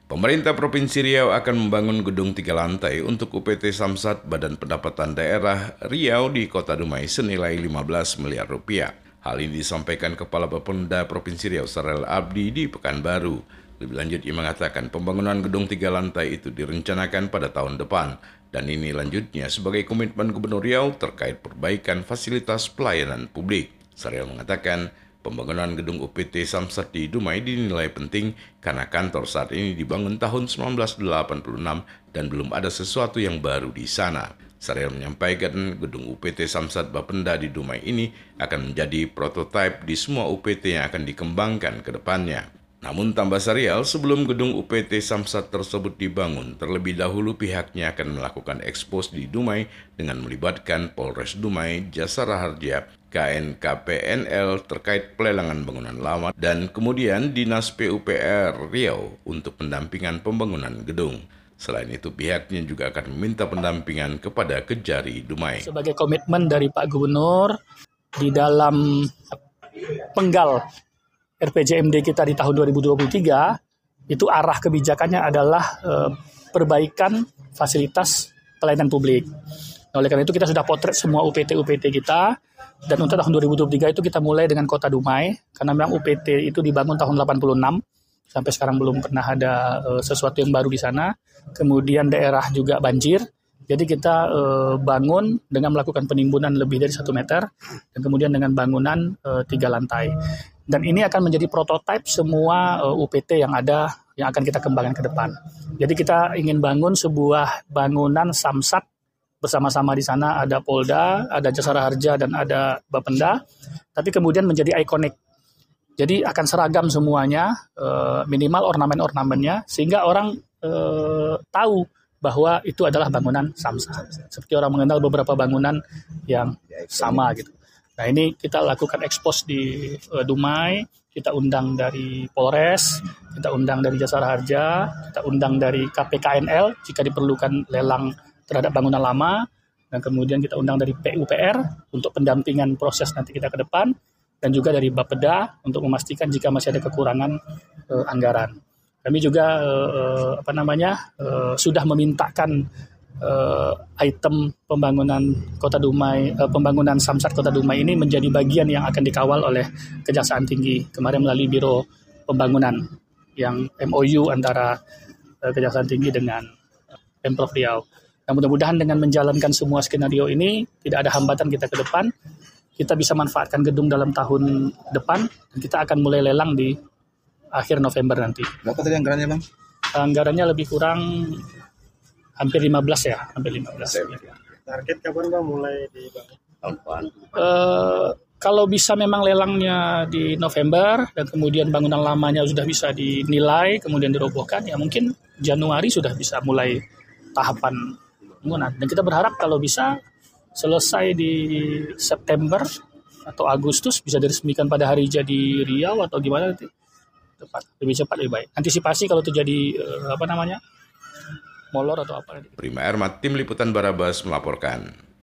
Pemerintah Provinsi Riau akan membangun gedung 3 lantai untuk UPT Samsat Badan Pendapatan Daerah Riau di Kota Dumai senilai 15 miliar rupiah. Hal ini disampaikan Kepala Bapenda Provinsi Riau Sarel Abdi di Pekanbaru. Lebih lanjut, ia mengatakan pembangunan gedung 3 lantai itu direncanakan pada tahun depan. Dan ini lanjutnya sebagai komitmen Gubernur Riau terkait perbaikan fasilitas pelayanan publik. Sarel mengatakan, pembangunan gedung UPT Samsat di Dumai dinilai penting karena kantor saat ini dibangun tahun 1986 dan belum ada sesuatu yang baru di sana. Sarel menyampaikan gedung UPT Samsat Bapenda di Dumai ini akan menjadi prototipe di semua UPT yang akan dikembangkan ke depannya. Namun tambah Sarel, sebelum gedung UPT Samsat tersebut dibangun, terlebih dahulu pihaknya akan melakukan ekspos di Dumai dengan melibatkan Polres Dumai, Jasara Harja, KNKPNL terkait pelelangan bangunan lama, dan kemudian Dinas PUPR Riau untuk pendampingan pembangunan gedung. Selain itu, pihaknya juga akan meminta pendampingan kepada Kejari Dumai. Sebagai komitmen dari Pak Gubernur di dalam penggal RPJMD kita di tahun 2023, itu arah kebijakannya adalah perbaikan fasilitas pelayanan publik. Oleh karena itu kita sudah potret semua UPT-UPT kita, dan untuk tahun 2023 itu kita mulai dengan Kota Dumai, karena memang UPT itu dibangun tahun 86, sampai sekarang belum pernah ada sesuatu yang baru di sana. Kemudian daerah juga banjir, jadi kita bangun dengan melakukan penimbunan lebih dari 1 meter, dan kemudian dengan bangunan 3 lantai. Dan ini akan menjadi prototipe semua UPT yang ada, yang akan kita kembangkan ke depan. Jadi kita ingin bangun sebuah bangunan Samsat bersama-sama. Di sana ada Polda, ada Jasara Harja, dan ada Bapenda, tapi kemudian menjadi ikonik. Jadi akan seragam semuanya, minimal ornamen-ornamennya, sehingga orang tahu bahwa itu adalah bangunan Samsat. Seperti orang mengenal beberapa bangunan yang sama gitu. Nah, ini kita lakukan ekspos di Dumai, kita undang dari Polres, kita undang dari Jasara Harja, kita undang dari KPKNL jika diperlukan lelang terhadap bangunan lama, dan kemudian kita undang dari PUPR untuk pendampingan proses nanti kita ke depan, dan juga dari Bapeda untuk memastikan jika masih ada kekurangan anggaran. Kami juga sudah memintakan item pembangunan Kota Dumai, pembangunan Samsat Kota Dumai ini menjadi bagian yang akan dikawal oleh Kejaksaan Tinggi kemarin melalui Biro Pembangunan yang MOU antara Kejaksaan Tinggi dengan Pemprov Riau. Nah, mudah-mudahan dengan menjalankan semua skenario ini tidak ada hambatan kita ke depan. Kita bisa manfaatkan gedung dalam tahun depan, dan kita akan mulai lelang di akhir November nanti. Berapa tadi anggarannya, Bang? Anggarannya lebih kurang hampir 15 ya, hampir 15. Target kapan Bang mulai dibangun? Kalau bisa memang lelangnya di November, dan kemudian bangunan lamanya sudah bisa dinilai, kemudian dirobohkan, ya mungkin Januari sudah bisa mulai tahapan bangunan. Dan kita berharap kalau bisa selesai di September atau Agustus, bisa diresmikan pada hari jadi Riau atau gimana nanti. Lebih cepat lebih baik. Antisipasi kalau terjadi molor atau apa. Prima Ermat, Tim Liputan Barabas melaporkan.